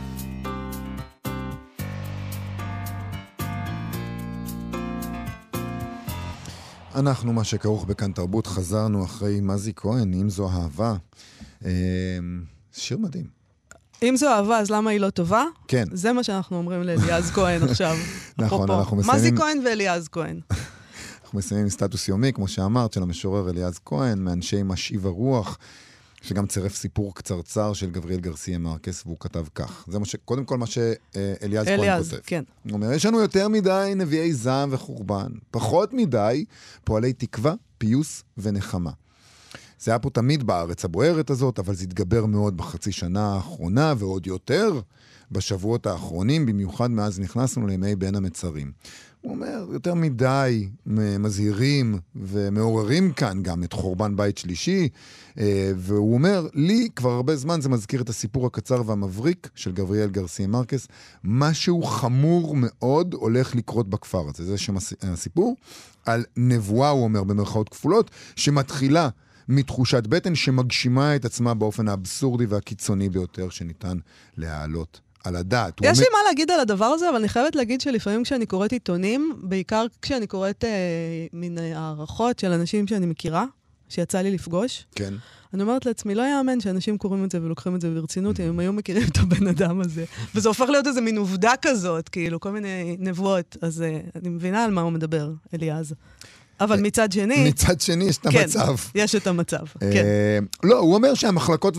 אנחנו, מה שכרוך בכאן תרבות, חזרנו אחרי מזי כהן, אם זו אהבה. שיר מדהים. אם זו אהבה, אז למה היא לא טובה? כן. זה מה שאנחנו אומרים לאליעז כהן עכשיו. נכון, אנחנו מסיימים... מזי כהן ואליעז כהן. אנחנו מסיימים סטטוס יומי, כמו שאמרת, של המשורר אליעז כהן, מאנשי משיב הרוח, שגם צירף סיפור קצרצר של גבריאל גרסיה מרקס, והוא כתב כך. זה קודם כל מה שאליעז כהן כותב. כן. הוא אומר, יש לנו יותר מדי נביאי זעם וחורבן, פחות מדי פועלי תקווה, פיוס ונחמה. זה היה פה תמיד בארץ הבוערת הזאת, אבל זה התגבר מאוד בחצי שנה האחרונה, ועוד יותר בשבועות האחרונים, במיוחד מאז נכנסנו לימי בין המצרים. הוא אומר, יותר מדי מזהירים ומעוררים כאן גם את חורבן בית שלישי, והוא אומר, לי כבר הרבה זמן זה מזכיר את הסיפור הקצר והמבריק של גבריאל גרסיה מרקס, משהו חמור מאוד הולך לקרות בכפר הזה. זה שם הסיפור על נבואה, הוא אומר במרכאות כפולות, שמתחילה מתחושת בטן שמגשימה את עצמה באופן האבסורדי והקיצוני ביותר שניתן להעלות על הדעת. יש לי מה להגיד על הדבר הזה, אבל אני חייבת להגיד שלפעמים כשאני קוראת עיתונים, בעיקר כשאני קוראת מן הערכות של אנשים שאני מכירה, שיצא לי לפגוש, כן. אני אומרת לעצמי, לא יאמן שאנשים קוראים את זה ולוקחים את זה ברצינות, אם הם היו מכירים את הבן אדם הזה. וזה הופך להיות איזה מין עובדה כזאת, כאילו, כל מיני נבואות. אז אני מבינה על מה הוא מדבר, אליעז. אבל מצד שני... מצד שני יש את המצב. כן, יש את המצב, כן. לא, הוא אומר שהמחלקות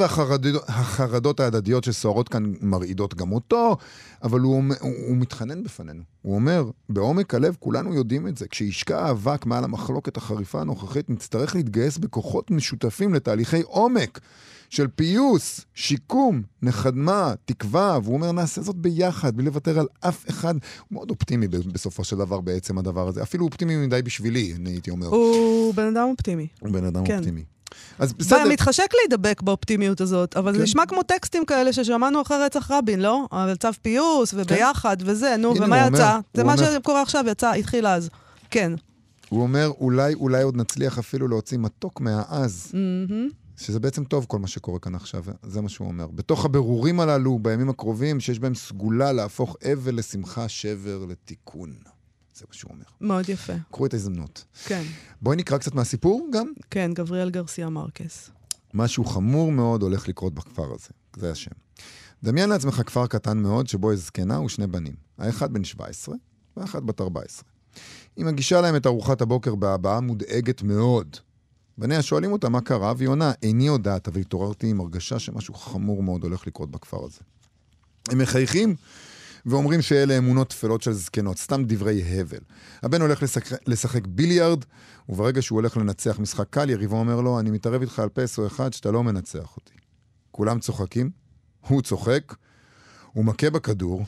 והחרדות ההדדיות שסוערות כאן מרעידות גם אותו, אבל הוא מתחנן בפנינו. הוא אומר, בעומק הלב כולנו יודעים את זה. כשישקע האבק מעל המחלוקת החריפה הנוכחית, נצטרך להתגייס בכוחות משותפים לתהליכי עומק של פיוס, שיקום, נחמה, תקווה, והוא אומר, נעשה זאת ביחד, בלי לוותר על אף אחד. הוא מאוד אופטימי בסופו של דבר בעצם הדבר הזה. אפילו אופטימי מדי בשבילי, אני הייתי אומר. הוא בן אדם אופטימי. הוא בן אדם כן. אופטימי. אז בסדר. מתחשק להידבק באופטימיות הזאת, אבל זה נשמע כמו טקסטים כאלה ששמענו אחרי רצח רבין, לא? על צו פיוס וביחד וזה, נו, ומה יצא? זה מה שקורה עכשיו, יצא, התחיל אז. כן. הוא אומר, אולי עוד נצליח אפילו להוציא מתוק מהעז. שזה בעצם טוב כל מה שקורה כאן עכשיו, זה מה שהוא אומר. בתוך הבירורים הללו, בימים הקרובים, שיש בהם סגולה להפוך אבל לשמחה, שבר, לתיקון. זה מה שהוא אומר. מאוד יפה. קחו את ההזדמנות. כן. בואי נקרא קצת מהסיפור גם. כן, גבריאל גרסיה מרקס. משהו חמור מאוד הולך לקרות בכפר הזה. זה השם. דמיין לעצמך כפר קטן מאוד, שבו יש זקנה ושני בנים. האחד בן 17 והאחד בת 14. היא מגישה להם את ארוחת הבוקר בהבעה מודאגת מאוד. בניה שואלים אותה מה קרה, והיא עונה, איני יודעת, אבל התעוררתי עם הרגשה שמשהו חמור מאוד הולך לקרות בכפר הזה. הם מחייכים ואומרים שאלה אמונות תפלות של זקנות, סתם דברי הבל. הבן הולך לשחק ביליארד, וברגע שהוא הולך לנצח משחק קל, יריבו אומר לו, אני מתערב איתך על פסו אחד שאתה לא מנצח אותי. כולם צוחקים, הוא צוחק, הוא מכה בכדור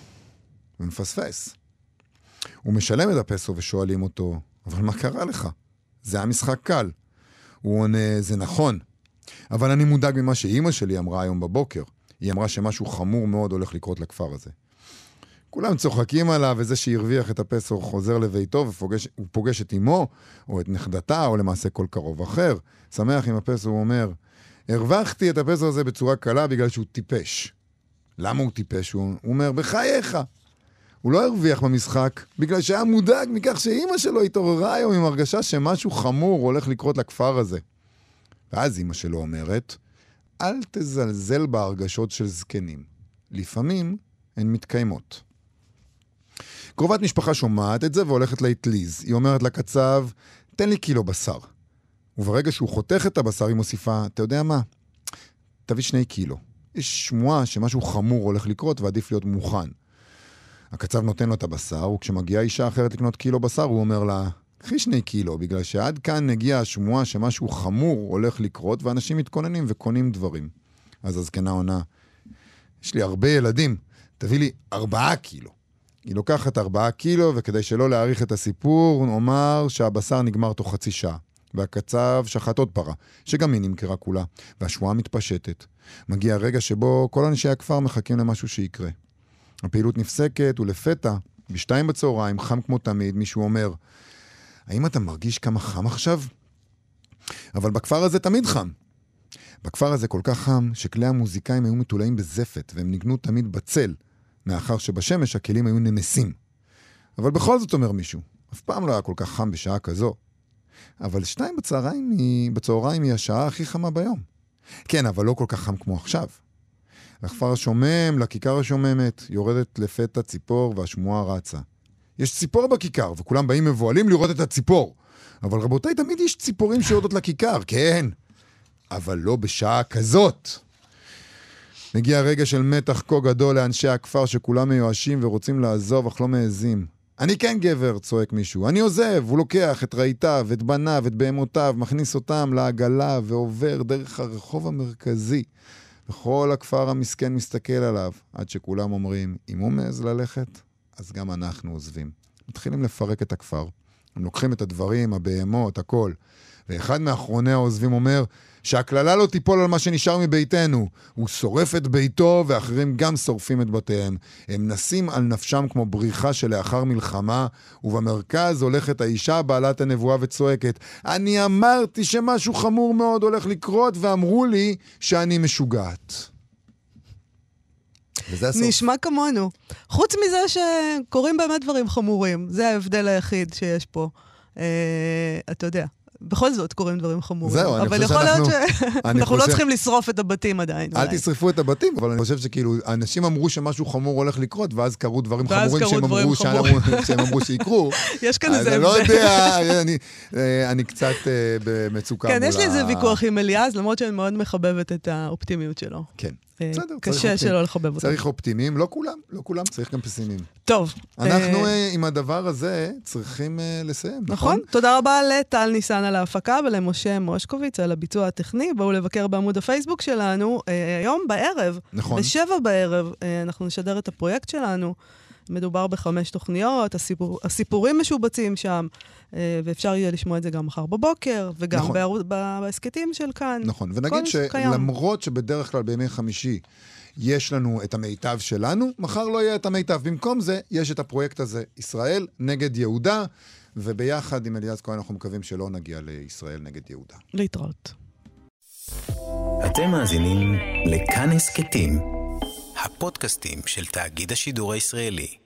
ומפספס. הוא משלם את הפסו ושואלים אותו, אבל מה קרה לך? זה היה משחק קל. הוא עונה, זה נכון, אבל אני מודאג ממה שאימא שלי אמרה היום בבוקר. היא אמרה שמשהו חמור מאוד הולך לקרות לכפר הזה. כולם צוחקים עליו, וזה שהרוויח את הפסו חוזר לביתו, הוא פוגש את אמו, או את נכדתה, או למעשה כל קרוב אחר. שמח עם הפסו, הוא אומר, הרווחתי את הפסו הזה בצורה קלה בגלל שהוא טיפש. למה הוא טיפש? הוא אומר, בחייך. הוא לא הרוויח במשחק בגלל שהיה מודאג מכך שאמא שלו התעוררה היום עם הרגשה שמשהו חמור הולך לקרות לכפר הזה. ואז אמא שלו אומרת, אל תזלזל בהרגשות של זקנים. לפעמים הן מתקיימות. קרובת משפחה שומעת את זה והולכת להתליז. היא אומרת לקצב, תן לי קילו בשר. וברגע שהוא חותך את הבשר היא מוסיפה, אתה יודע מה? תביא 2 קילו. יש שמועה שמשהו חמור הולך לקרות ועדיף להיות מוכן. הקצב נותן לו את הבשר, וכשמגיעה אישה אחרת לקנות קילו בשר, הוא אומר לה, קחי 2 קילו, בגלל שעד כאן הגיעה השמועה שמשהו חמור הולך לקרות, ואנשים מתכוננים וקונים דברים. אז הזקנה עונה, יש לי הרבה ילדים, תביא לי 4 קילו. היא לוקחת 4 קילו, וכדי שלא להאריך את הסיפור, נאמר שהבשר נגמר תוך חצי שעה. והקצב שחט עוד פרה, שגם היא נמכרה כולה, והשמועה מתפשטת. מגיע הרגע שבו כל אנשי הכפר מחכים למשהו שיקרה. הפעילות נפסקת, ולפתע, ב2 בצהריים, חם כמו תמיד, מישהו אומר, האם אתה מרגיש כמה חם עכשיו? אבל בכפר הזה תמיד חם. בכפר הזה כל כך חם, שכלי המוזיקאים היו מטולאים בזפת, והם ניגנו תמיד בצל, מאחר שבשמש הכלים היו נמסים. אבל בכל זאת אומר מישהו, אף פעם לא היה כל כך חם בשעה כזו. אבל 2 בצהריים היא השעה הכי חמה ביום. כן, אבל לא כל כך חם כמו עכשיו. לכפר השומם, לכיכר השוממת, יורדת לפתע ציפור והשמועה רצה. יש ציפור בכיכר, וכולם באים מבועלים לראות את הציפור. אבל רבותיי, תמיד יש ציפורים שיורדות לכיכר, כן. אבל לא בשעה כזאת. מגיע רגע של מתח כה גדול לאנשי הכפר שכולם מיואשים ורוצים לעזוב, אך לא מעזים. אני כן גבר, צועק מישהו. אני עוזב, הוא לוקח את רעיתיו, את בניו, את בהמותיו, מכניס אותם לעגלה ועובר דרך הרחוב המרכזי. וכל הכפר המסכן מסתכל עליו, עד שכולם אומרים, אם הוא מעז ללכת, אז גם אנחנו עוזבים. מתחילים לפרק את הכפר. הם לוקחים את הדברים, הבהמות, הכל. ואחד מאחרוני העוזבים אומר, שהכללה לא תיפול על מה שנשאר מביתנו. הוא שורף את ביתו, ואחרים גם שורפים את בתיהם. הם נסים על נפשם כמו בריחה שלאחר מלחמה, ובמרכז הולכת האישה בעלת הנבואה וצועקת, אני אמרתי שמשהו חמור מאוד הולך לקרות, ואמרו לי שאני משוגעת. וזה הסוף. נשמע כמונו. חוץ מזה שקורים באמת דברים חמורים. זה ההבדל היחיד שיש פה. אתה יודע. בכל זאת קוראים דברים חמורים. זהו, אבל יכול להיות שאנחנו לא צריכים לשרוף את הבתים עדיין. אל תשרפו את הבתים, אבל אני חושב שכאילו, אנשים אמרו שמשהו חמור הולך לקרות, ואז קרו דברים חמורים שהם אמרו שיקרו. יש כאן איזה... אני לא יודע, אני קצת במצוקה מול כן, יש לי איזה ויכוח עם אליעז, למרות שאני מאוד מחבבת את האופטימיות שלו. כן. בסדר, קשה שלא לחבב אותם. צריך אופטימיים, לא כולם, צריך גם פסימיים. טוב. אנחנו עם הדבר הזה צריכים לסיים. נכון. תודה רבה לטל ניסן על ההפקה ולמשה מושקוביץ על הביצוע הטכני. בואו לבקר בעמוד הפייסבוק שלנו היום בערב. נכון. ב7 בערב אנחנו נשדר את הפרויקט שלנו. מדובר ב5 תוכניות, הסיפורים משובצים שם, ואפשר יהיה לשמוע את זה גם מחר בבוקר, וגם נכון. בעסקתים של כאן. נכון, ונגיד שלמרות שבדרך כלל בימי חמישי יש לנו את המיטב שלנו, מחר לא יהיה את המיטב. במקום זה, יש את הפרויקט הזה, ישראל נגד יהודה, וביחד עם אליעז כהן אנחנו מקווים שלא נגיע לישראל נגד יהודה. להתראות. אתם מאזינים לכאן הסכתים, הפודקאסטים של תאגיד השידור הישראלי.